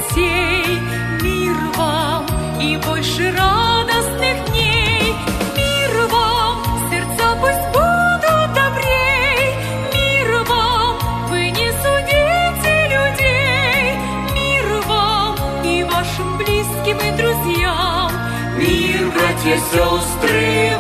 детей. Мир вам и больше радостных дней. Мир вам, сердца пусть будут добрей. Мир вам, вы не судите людей. Мир вам и вашим близким и друзьям. Мир, братья, сестры,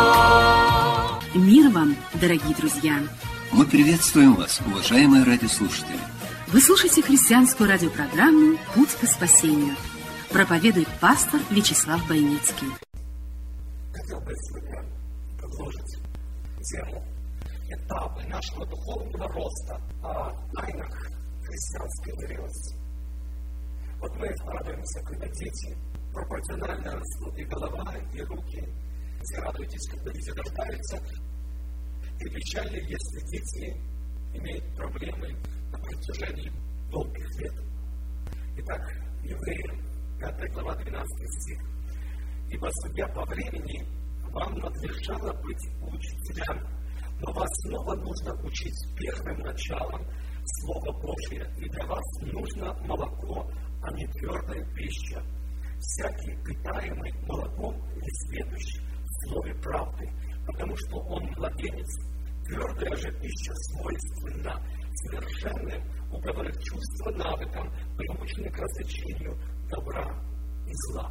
вам. Мир вам, дорогие друзья. Мы приветствуем вас, уважаемые радиослушатели. Вы слушаете христианскую радиопрограмму «Путь к спасению». Проповедует пастор Вячеслав Бойницкий. Хотел бы сегодня продолжить тему этапы нашего духовного роста о тайнах христианской зрелости. Вот мы радуемся, когда дети пропорционально растут, и голова, и руки. Все радуетесь, когда дети рождаются. И печально, если дети имеют проблемы на протяжении долгих лет. Итак, Евреям, 5 глава, 12 стих. «Ибо, судя по времени, вам надлежало быть учителями, но вас снова нужно учить первым началом Слова Божия, и для вас нужно молоко, а не твердая пища. Всякий, питаемый молоком, несведущий в слове правды, потому что он младенец. Твердая же пища свойственна совершенным, у которых чувства навыкам приучены к различению добра и зла».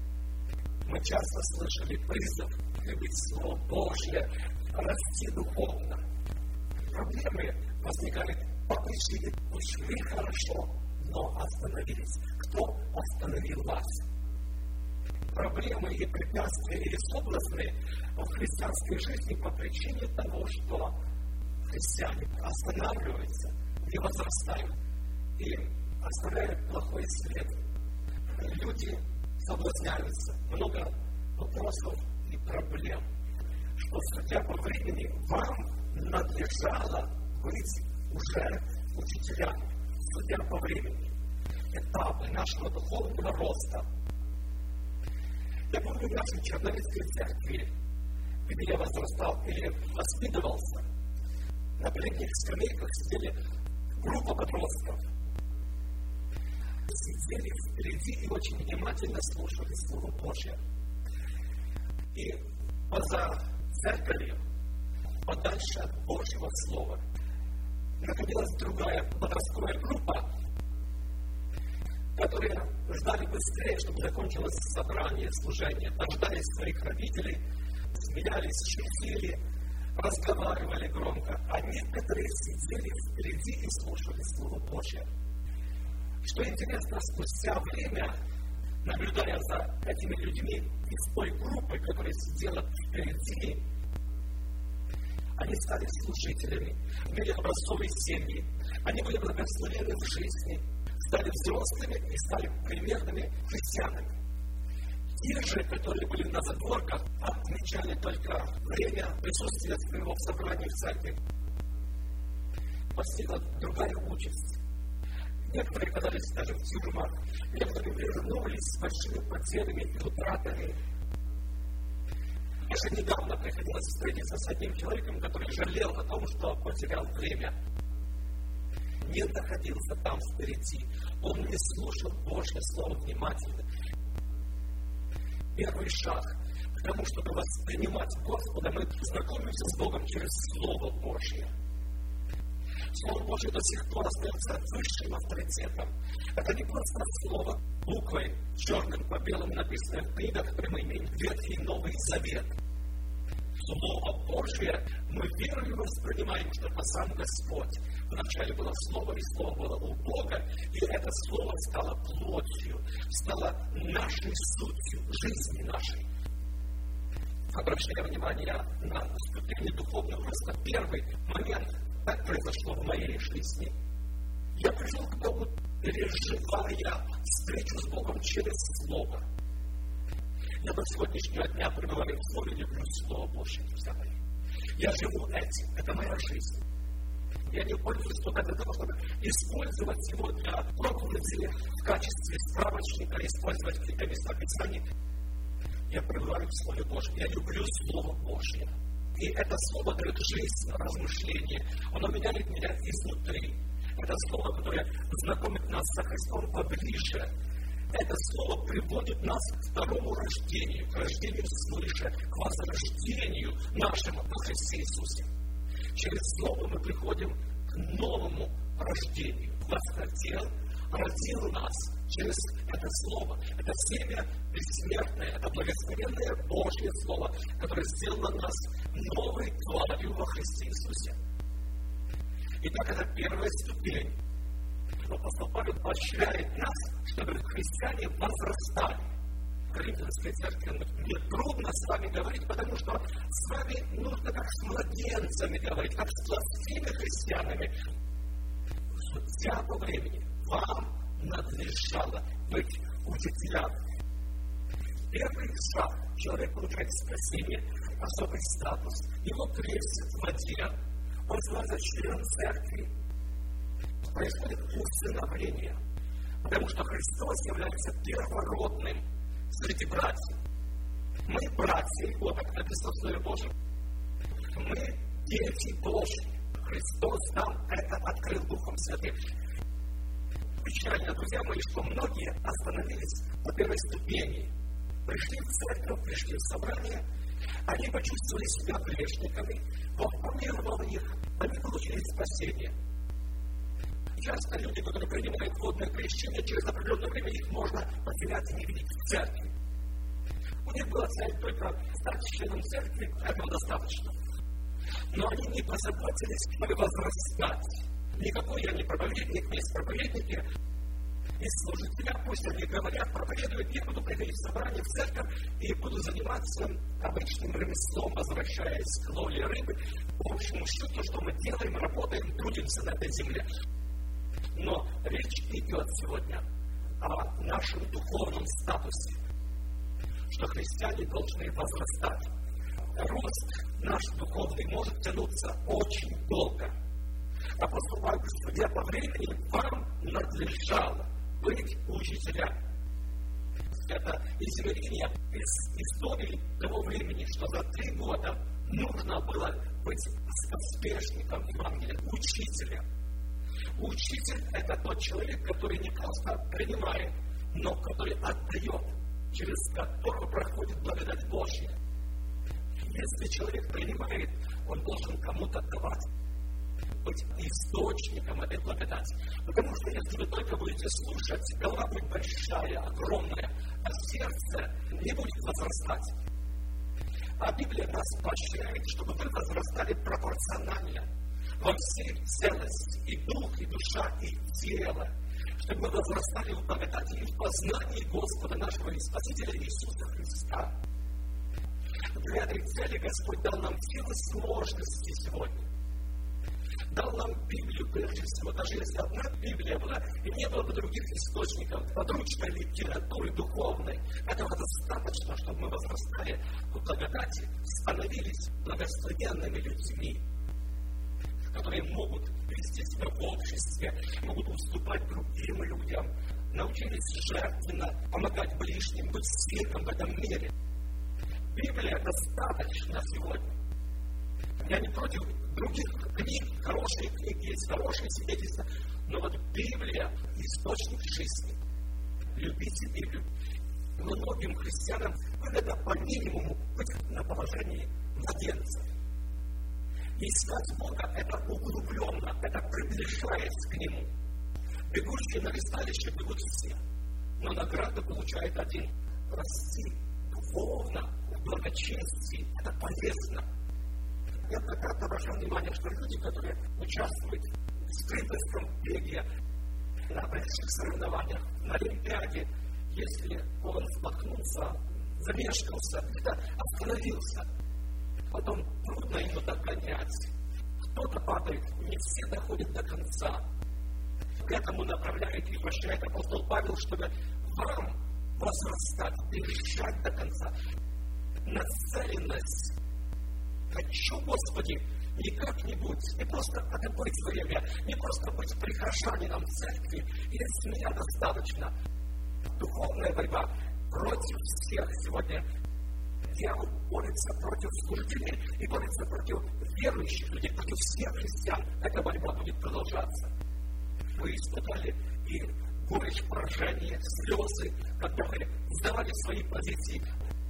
Мы часто слышали призыв любить Слово Божье, расти духовно. Проблемы возникают по причине «ушли хорошо, но остановились». Кто остановил вас? Проблемы и препятствия или соблазны в христианской жизни по причине того, что христиане останавливаются, не возрастают и оставляют плохой след. Люди соблазняются, много вопросов и проблем, что, судя по времени, вам надлежало быть уже учителями, судя по времени. Этапы нашего духовного роста. Я помню в нашей Черновицкой церкви, где я возрастал или воспитывался, на передних скамейках сидели группа подростков. Сидели впереди и очень внимательно слушали Слово Божье. И поза церковью, подальше от Божьего Слова, находилась другая подростковая группа, которые ждали быстрее, чтобы закончилось собрание, служение, дождались своих родителей, смеялись, шутили, разговаривали громко, а некоторые сидели впереди и слушали Слово Божье. Что интересно, спустя время, наблюдая за этими людьми из той группы, которая сидела впереди, они стали служителями, имели образцовые семьи, они были благословены в жизни, стали взрослыми и стали примерными христианами. Те же, которые были на задворках, отмечали только время присутствия своего в собрании в церкви. Постигла другая участь. Некоторые оказались даже в тюрьмах, некоторые вернулись с большими потерями и утратами. Даже недавно приходилось встретиться с одним человеком, который жалел о том, что потерял время. Не находился там впереди. Он не слушал Божье Слово внимательно. Первый шаг к тому, чтобы воспринимать Господа, мы знакомимся с Богом через Слово Божье. Слово Божье до сих пор остается высшим авторитетом. Это не просто слово буквой, черным по белому, написанное в книгах прямыми, Ветхий и Новый Завет. Слово Божье мы верою воспринимаем, что это сам Господь. Вначале было Слово, и Слово было у Бога, и это Слово стало плотью, стало нашей сутью, жизни нашей. Обращая внимание на ступени духовного роста, первый момент, так произошло в моей жизни. Я пришел к Богу, переживая встречу с Богом через Слово. Я до сегодняшнего дня пребываю в Слове, люблю Слово Божье, друзья мои. Я живу этим, это моя жизнь. Я не пользуюсь только для того, чтобы использовать его для проповеди в качестве справочника, использовать какие-то места Писания. Я пребываю в Слове Божьем, я люблю Слово Божье. И это Слово дает жизнь, размышление. Оно меняет меня изнутри. Это Слово, которое знакомит нас со Христом поближе. Это слово приводит нас к второму рождению, к рождению свыше, к возрождению нашему во Христе Иисусе. Через слово мы приходим к новому рождению. Восхотел, родил нас через это слово. Это семя бессмертное, это благословенное Божье Слово, которое сделало нас новой тварью во Христе Иисусе. Итак, это первая ступень. Апостол Павел поощряет нас, чтобы христиане возрастали. В Коринфянской церкви мне трудно с вами говорить, потому что с вами нужно как с младенцами говорить, как с плотскими христианами. Судья по времени вам надлежало быть учителями. Первый шаг человек получает спасение, особый статус. Его крестят в воде. Он становится членом церкви. Происходит усыновление, потому что Христос является первородным среди братьев. Мы братья Его, как написано в Слове Божьем. Мы дети Божьи. Христос нам это открыл Духом Святым. Печально, друзья мои, что многие остановились по первой ступени. Пришли в церковь, пришли в собрание, они почувствовали себя грешниками, Бог помиловал их, они получили спасение. Часто люди, которые принимают водное крещение, через определенное время их можно потерять и не видеть в церкви. У них была цель только стать членом церкви, этого достаточно. Но они не позаботились, чтобы возрастать. Никакой я не проповедник, есть проповедники. И служителя, пусть они говорят, проповедуют, я буду приходить в собрание, в церковь, и буду заниматься обычным ремеслом, возвращаясь к ловле рыбы. По общему счету, что мы делаем, работаем, трудимся на этой земле. Но речь идет сегодня о нашем духовном статусе, что христиане должны возрастать. Рост наш духовный может тянуться очень долго. Апостол Павел, судя по времени, вам надлежало быть учителями. Это измерение из истории того времени, что за 3 года нужно было быть поспешником Евангелия, учителем. Учитель – это тот человек, который не просто принимает, но который отдает, через которого проходит благодать Божья. Если человек принимает, он должен кому-то давать, быть источником этой благодати. Потому что если вы только будете слушать, голова будет большая, огромная, а сердце не будет возрастать. А Библия нас поощряет, чтобы вы возрастали пропорционально во всей целости, и дух, и душа, и тело, чтобы мы возрастали в благодати и в познании Господа нашего и Спасителя Иисуса Христа. Для этой цели Господь дал нам все возможности сегодня. Дал нам Библию, прежде всего, даже если одна Библия была, и не было бы других источников, подручной литературы духовной. Этого достаточно, чтобы мы возрастали в благодати, становились благословенными людьми, которые могут вести себя в обществе, могут уступать другим людям, научились жертвенно помогать ближним, быть светом в этом мире. Библия достаточно сегодня. Я не против других книг, хорошие книги, есть хорошие свидетельства, но вот Библия – источник жизни. Любите Библию. Многим христианам выгодно по минимуму быть на положении младенца. Искать Бога – это углубленно, это приближаясь к Нему. Бегущие на ресталище бегут все, но награду получает один. Расти духовно, в благочестии – это полезно. Я прекрасно обращал внимание, что люди, которые участвуют в спринтерском беге, на больших соревнованиях, на Олимпиаде, если он споткнулся, замешкался, где-то остановился, потом трудно ему догонять. Кто-то падает, не все доходят до конца. К этому направляет и поощряет апостол Павел, чтобы вам возрастать, держать до конца. Нацеленность. Хочу, Господи, не как-нибудь, не просто отбыть время, не просто быть прихожанином в церкви, если меня достаточно. Духовная борьба против всех сегодня. Дьявол борется против служителей и борется против верующих людей, против всех христиан. Эта борьба будет продолжаться. Вы испытали и горечь поражения, слезы, когда мы сдавали свои позиции.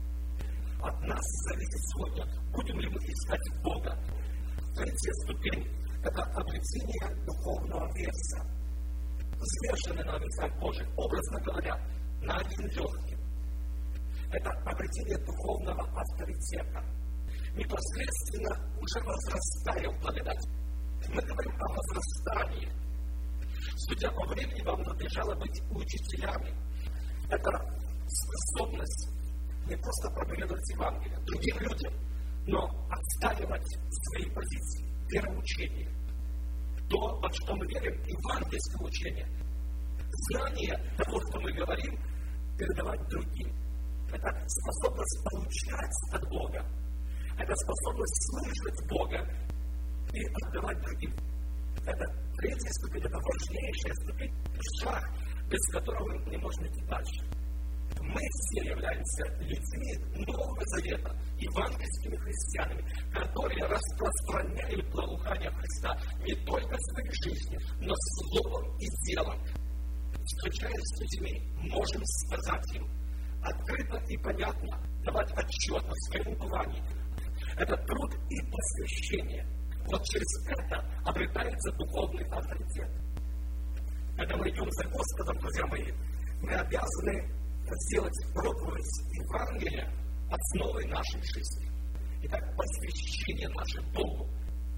От нас зависит сегодня, будем ли мы искать Бога. Третья ступень – это обретение духовного веса. Взвешенный на весах Божьих, образно говоря, на один легкий. Это обретение духовного авторитета. Непосредственно уже возрастая в благодати. Мы говорим о возрастании. Судя по времени, вам надлежало быть учителями. Это способность не просто проповедовать Евангелие другим людям, но отстаивать свои позиции, вероучение. То, во что мы верим, евангельское учение. Знание того, что мы говорим, передавать другим. Это способность получать от Бога. Это способность слышать Бога и отдавать другим. Это третья ступень, это важнейшая ступень, шаг, без которого мы не можем идти дальше. Мы все являемся людьми Нового Завета, евангельскими христианами, которые распространяют благоухание Христа не только в своей жизни, но словом и делом. Встречаясь с людьми, можем сказать им открыто и понятно, давать отчет о своем уповании. Это труд и посвящение. Вот через это обретается духовный авторитет. Когда мы идем за Господом, друзья мои, мы обязаны сделать проповедь Евангелия основой нашей жизни. Итак, посвящение наше Богу.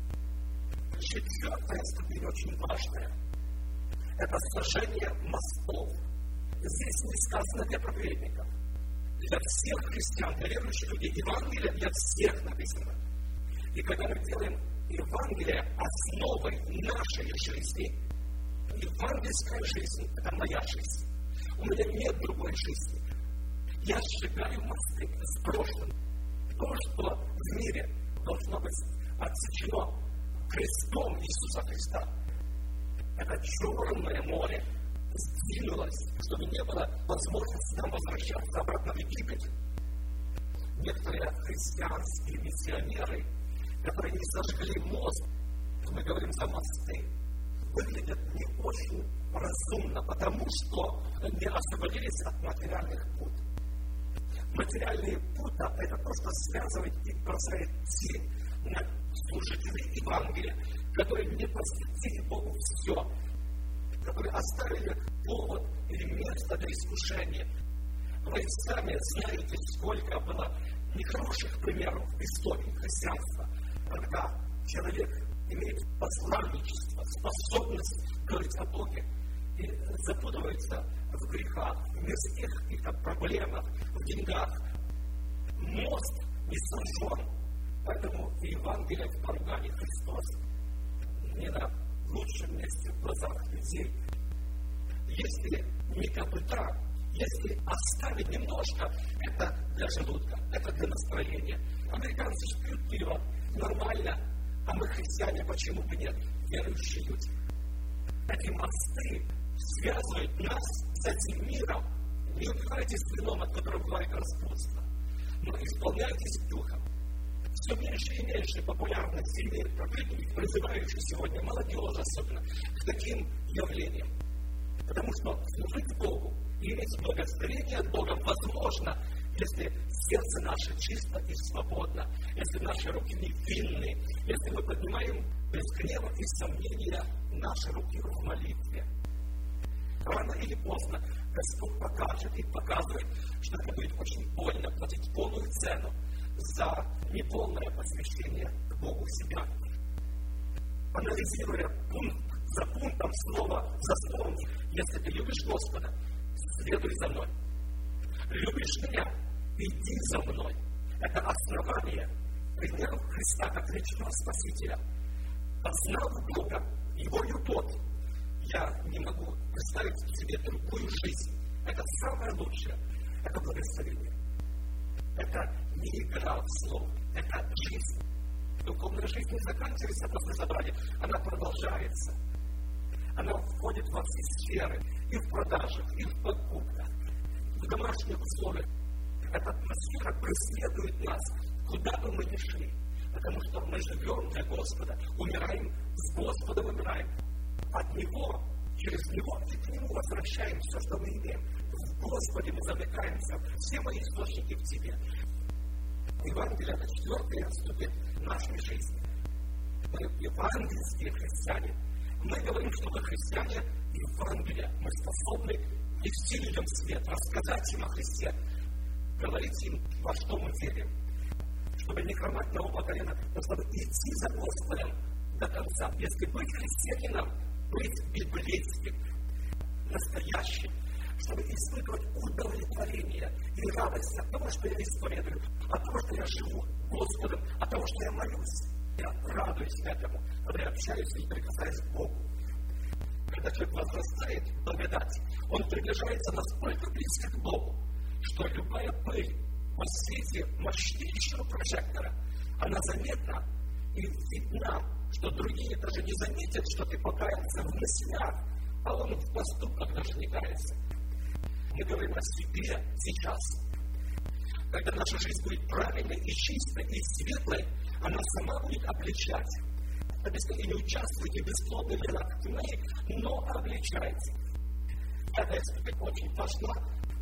Четвертая ступень очень важная. Это сложение мостов. Здесь не сказано для проповедников. Для всех христиан, для верующих людей. Евангелие для всех написано. И когда мы делаем Евангелие основой нашей жизни, евангельская жизнь – это моя жизнь. У меня нет другой жизни. Я сжигаю мосты с прошлым. То, что в мире должно быть отсечено крестом Иисуса Христа. Это черное море сдвинулось, чтобы не было возможности нам возвращаться обратно в Египет. Некоторые христианские миссионеры, которые не сожгли мост, мы говорим за мосты, выглядят не очень разумно, потому что не освободились от материальных пут. Материальные пута – это то, что связывает и бросает тень на служителей Евангелия, которые не посвятили Богу все, которые оставили повод или место для искушения. Вы сами знаете, сколько было нехороших примеров в истории христианства, когда человек имеет посланничество, способность говорить о Боге и запутывается в грехах, в мирских каких-то проблемах, в деньгах. Мост не сожжен, поэтому и Евангелие в поругании Христос не на лучшем месте в глазах людей. Если не копыта, если оставить немножко, это для желудка, это для настроения. Американцы пьют пиво, нормально, а мы, христиане, почему бы нет? Верующие люди. Эти мосты связывают нас с этим миром. Не убивайтесь вином, от которого бывает распутство, но исполняйтесь духом. Все меньше и меньше популярности имеют проповедники, призывающие сегодня молодежь особенно к таким явлениям. Потому что служить Богу и иметь благословение от Бога возможно, если сердце наше чисто и свободно, если наши руки невинны, если мы поднимаем без гнева и сомнения наши руки в молитве. Рано или поздно Господь покажет и показывает, что это будет очень больно платить полную цену за неполное посвящение к Богу себя. Анализируя пункт за пунктом, слово за словом, если ты любишь Господа, следуй за мной. Любишь меня, иди за мной. Это основание. Принял Христа как личного Спасителя. Познав Бога, Его любовь. Я не могу представить себе другую жизнь. Это самое лучшее. Это благословение. Это не игра в слово. Это жизнь. Духовная жизнь не заканчивается после собрания. Она продолжается. Она входит во все сферы. И в продажах, и в покупках, в домашних условиях. Эта атмосфера преследует нас, куда бы мы ни шли. Потому что мы живем для Господа, умираем с Господом, умираем от Него. через Него и к Нему возвращаем все, что мы имеем. В Господе мы замыкаемся. Все мои источники в Тебе. Евангелие — это 4-я ступень нашей жизни. Мы евангельские христиане. Мы говорим, что мы христиане Евангелия. Мы способны вести людям свет, рассказать им о Христе, говорить им, во что мы верим. Чтобы не хромать на оба колена, но чтобы идти за Господом до конца. Если быть христианином, быть библейским, настоящим, чтобы испытывать удовлетворение и радость от того, что я исповедую, от того, что я живу Господом, от того, что я молюсь. Я радуюсь этому, когда я общаюсь и прикасаюсь к Богу. Когда человек возрастает в благодати, он приближается настолько близко к Богу, что любая пыль во свете мощнейшего прожектора, она заметна и видна, что другие даже не заметят, что ты покаялся в мыслях, а он в поступках даже не кается. Мы говорим о себе сейчас. Когда наша жизнь будет правильной и чистой и светлой, она сама будет обличать. Объясните, не участвуйте в бесплодной делах тьмы, но обличайте. Эта ступень очень важна.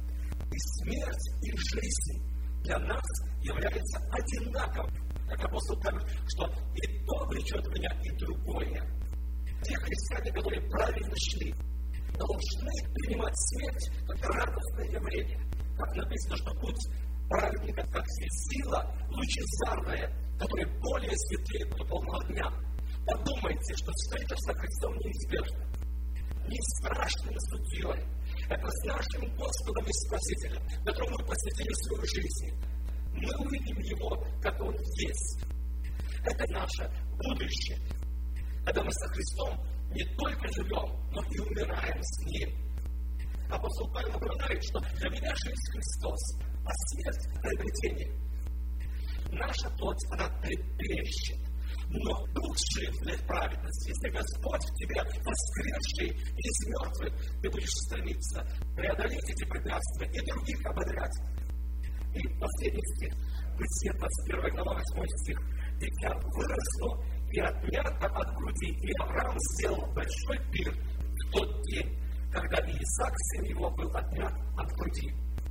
И смерть, и жизнь для нас является одинаковым. Как апостол говорит, что и то влечет меня, и другое. Те христиане, которые правильно шли, должны принимать смерть как радостное явление. Как написано, что путь праведника, как светило лучезарное, которое более светлеет до полного дня. Подумайте, что встреча со Христом неизбежна. Не страшным судьей. Это с нашим Господом и Спасителем, которому мы посвятили свою жизнь. Мы увидим Его, как Он есть. Это наше будущее. Когда мы со Христом не только живем, но и умираем с Ним. Апостол Павел напоминает, что для меня жизнь Христос, а смерть — приобретение. Наша плоть, она трепещет, но дух жив для праведности. Если Господь в тебе воскресший из мертвых, ты будешь стремиться преодолеть эти препятствия и других ободрять. И последний стих, Бытие 21 глава 8 стих. «Дитя выросло и отнято от груди, и Авраам сделал большой пир в тот день, когда Исаак, сын его, был отнят от груди».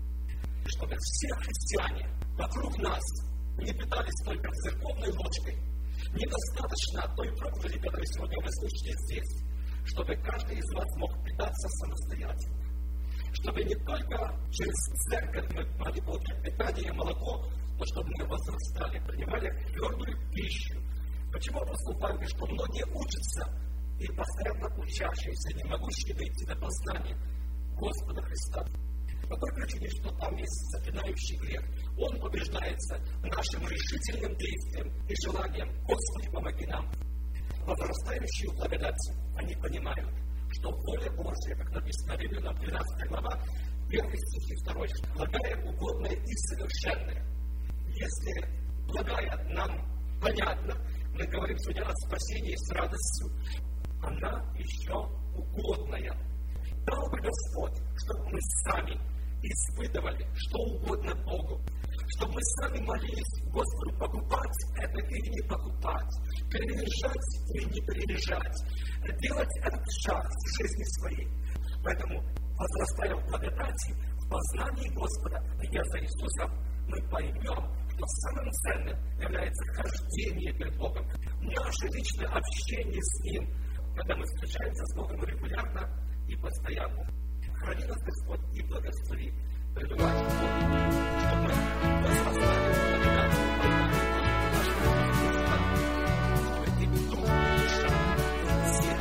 Чтобы все христиане вокруг нас не питались только церковной ложкой, недостаточно той проповеди, которую сегодня вы слышите здесь, чтобы каждый из вас мог питаться самостоятельно. Чтобы не только через церковь мы могли получать питание, молоко, но чтобы мы возрастали, принимали твердую пищу. Почему апостол Павел говорит, что многие учатся и постоянно учащиеся, не могущие дойти до познания Господа Христа? По той причине, что там есть запинающий грех. Он побеждается нашим решительным действием и желанием. Господи, помоги нам. Возрастающие в благодати, они понимают, что воля Божья, как написано в Римлянам 12 глава, 1 стих и 2, благая, угодная и совершенная. Если благая нам понятно, мы говорим сегодня о спасении с радостью, она еще угодная. Дал бы Господь, чтобы мы сами испытывали что угодно Богу, чтобы мы сами молились Господу покупать это или не покупать, переезжать или не переезжать, делать этот шаг в жизни своей. Поэтому, возрастая в благодати, в познании Господа, я за Иисусом, мы поймем, что самым ценным является хождение перед Богом, наше личное общение с Ним, когда мы встречаемся с Богом регулярно и постоянно. Храни нас Господь и благослови, пребывать в Боге, чтобы мы возрастали в благодати, в познании нашего Христа, чтобы и дух, и душа, и все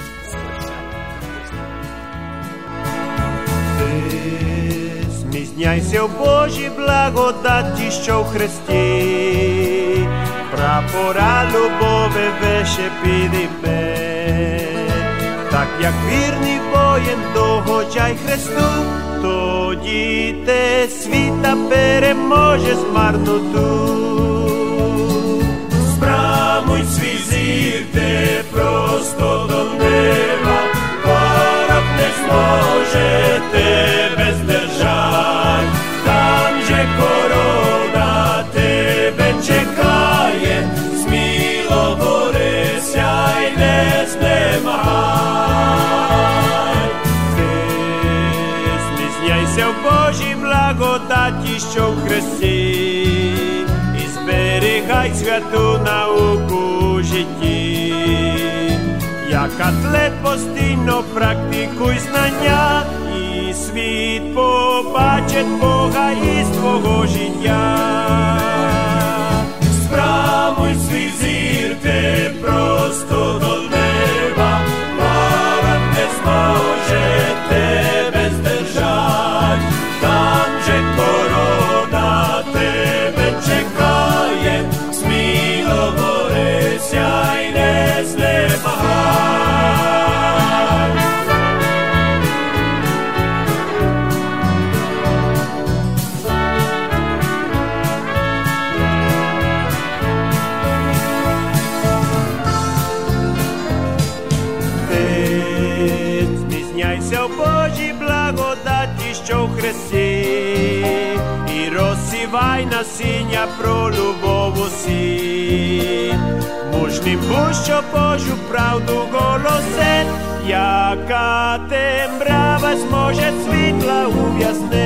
совершенно. Зміцняйся в Божій благодаті, що в Христі, прапора любові вище підійме. Так як вірний воїн догоджай Христу, тоді те світа переможе змарноту. Спрямуй свій зір, де просто до неба, ворог не зможе тебе здержать. Там же корона тебе чекає, сміло борися й не знемагай. Зміцняйся в Божій благодаті, що в Христі, і зберігай святу науку у житті. Як атлет постійно практикуй знання, і світ побачить Бога із твого життя. Спрямуй свій зір ти просто до неба, ворог не зможе тебе здержать, там же корона тебе чекає, сміло борися й не знемагай. Зміцняйся в Божій благодаті, що в Христі, і розсівай насіння про любов усім. Мужнім будь, що Божу правду голосить, яка темрява зможе світла ув'яснити.